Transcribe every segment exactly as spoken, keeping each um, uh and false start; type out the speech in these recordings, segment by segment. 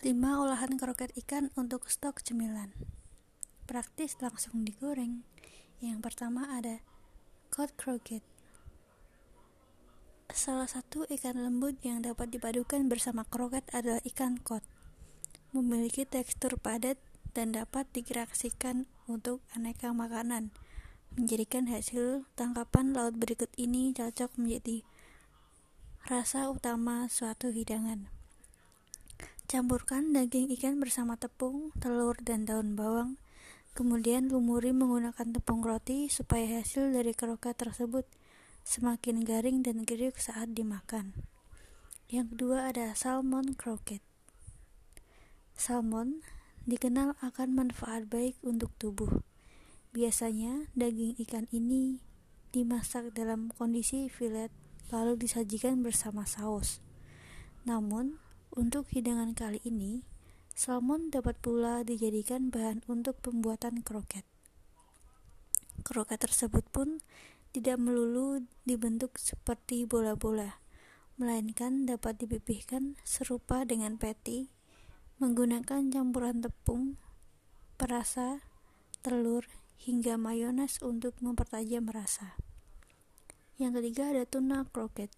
lima olahan kroket ikan untuk stok cemilan. Praktis langsung digoreng. Yang pertama ada cod kroket. Salah satu ikan lembut yang dapat dipadukan bersama kroket adalah ikan cod. Memiliki tekstur padat dan dapat dikreasikan untuk aneka makanan, menjadikan hasil tangkapan laut berikut ini cocok menjadi rasa utama suatu hidangan. Campurkan daging ikan bersama tepung, telur, dan daun bawang. Kemudian lumuri menggunakan tepung roti supaya hasil dari kroket tersebut semakin garing dan kriuk saat dimakan. Yang kedua ada salmon kroket. Salmon dikenal akan manfaat baik untuk tubuh. Biasanya daging ikan ini dimasak dalam kondisi filet lalu disajikan bersama saus. Namun, untuk hidangan kali ini, salmon dapat pula dijadikan bahan untuk pembuatan kroket. Kroket tersebut pun tidak melulu dibentuk seperti bola-bola, melainkan dapat dipipihkan serupa dengan patty menggunakan campuran tepung, perasa, telur, hingga mayones untuk mempertajam rasa. Yang ketiga ada tuna kroket.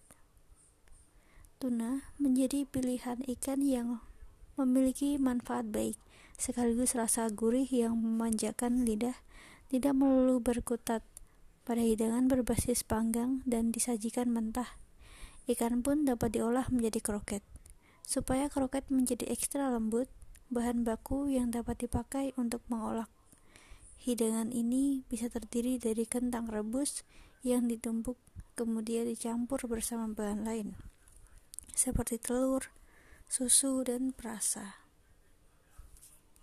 Tuna menjadi pilihan ikan yang memiliki manfaat baik, sekaligus rasa gurih yang memanjakan lidah, tidak melulu berkutat. Pada hidangan berbasis panggang dan disajikan mentah, ikan pun dapat diolah menjadi kroket. Supaya kroket menjadi ekstra lembut, bahan baku yang dapat dipakai untuk mengolah hidangan ini bisa terdiri dari kentang rebus yang ditumbuk kemudian dicampur bersama bahan lain, seperti telur, susu, dan perasa.